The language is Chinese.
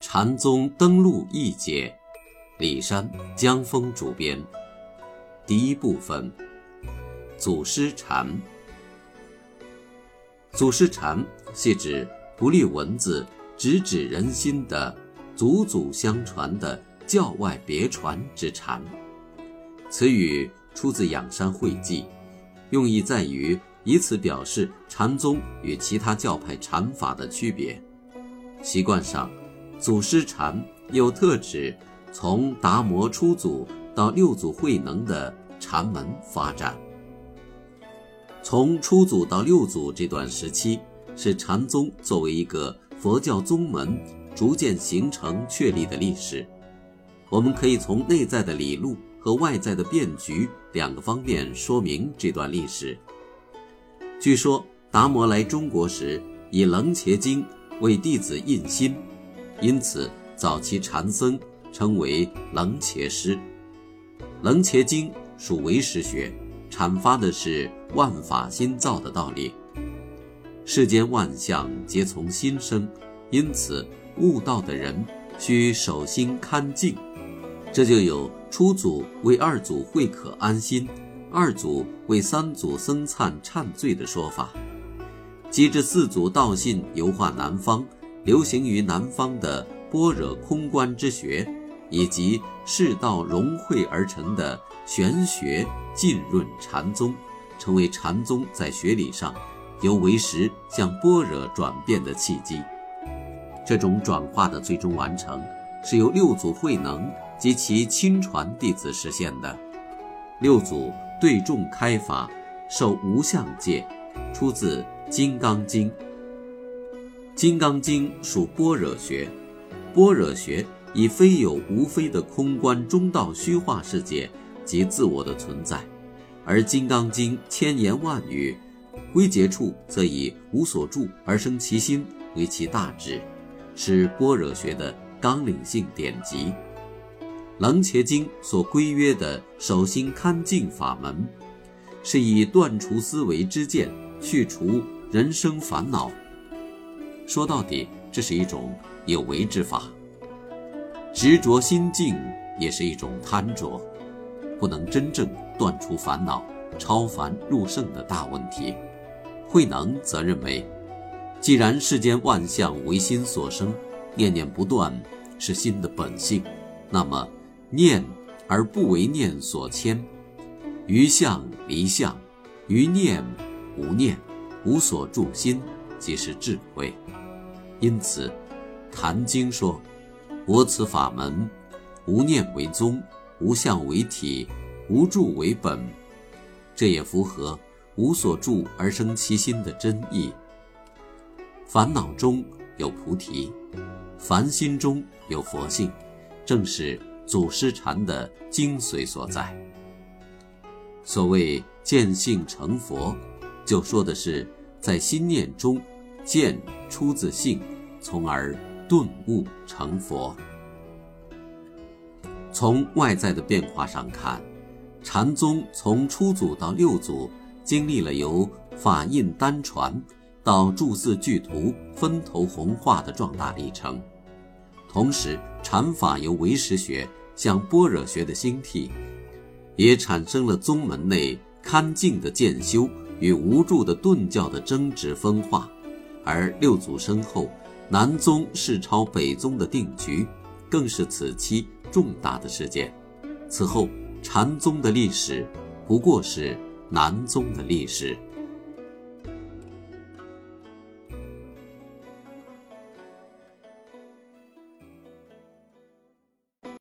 禅宗登陆一解，李山、江峰主编。第一部分，祖师禅。祖师禅系指不立文字、直指人心的祖祖相传的教外别传之禅。此语出自《仰山会记》，用意在于以此表示禅宗与其他教派禅法的区别。习惯上，祖师禅又特指从达摩初祖到六祖慧能的禅门发展。从初祖到六祖这段时期，是禅宗作为一个佛教宗门逐渐形成确立的历史。我们可以从内在的理路和外在的变局两个方面说明这段历史。据说达摩来中国时，以楞伽经为弟子印心，因此早期禅僧称为楞伽师。楞伽经属唯识学，阐发的是万法心造的道理。世间万象皆从心生，因此悟道的人需守心看静。这就有初祖为二祖慧可安心，二祖为三祖僧璨忏罪的说法。及至四祖道信游化南方，流行于南方的般若空观之学，以及世道融汇而成的玄学浸润禅宗，成为禅宗在学理上由唯识向般若转变的契机。这种转化的最终完成，是由六祖慧能及其亲传弟子实现的。六祖对众开法，受无相戒，出自《金刚经》。《金刚经》属般若学，般若学以非有无非的空观中道虚化世界及自我的存在，而《金刚经》千言万语，归结处则以无所住而生其心为其大旨，是般若学的纲领性典籍。楞伽经所规约的守心看静法门，是以断除思维之见，去除人生烦恼。说到底，这是一种有为之法。执着心静也是一种贪着，不能真正断除烦恼，超凡入圣的大问题。慧能则认为，既然世间万象为心所生，念念不断是心的本性，那么念而不为念所牵，于相离相，于念无念，无所住心，即是智慧。因此坛经说，我此法门，无念为宗，无相为体，无住为本。这也符合无所住而生其心的真意。烦恼中有菩提，凡心中有佛性，正是祖师禅的精髓所在。所谓见性成佛，就说的是在心念中见出自性，从而顿悟成佛。从外在的变化上看，禅宗从初祖到六祖经历了由法印单传到注释具图分头弘化的壮大历程。同时禅法由唯识学向般若学的兴替，也产生了宗门内看静的渐修与无住的顿教的争执分化。而六祖身后，南宗势超北宗的定局，更是此期重大的事件。此后禅宗的历史不过是南宗的历史。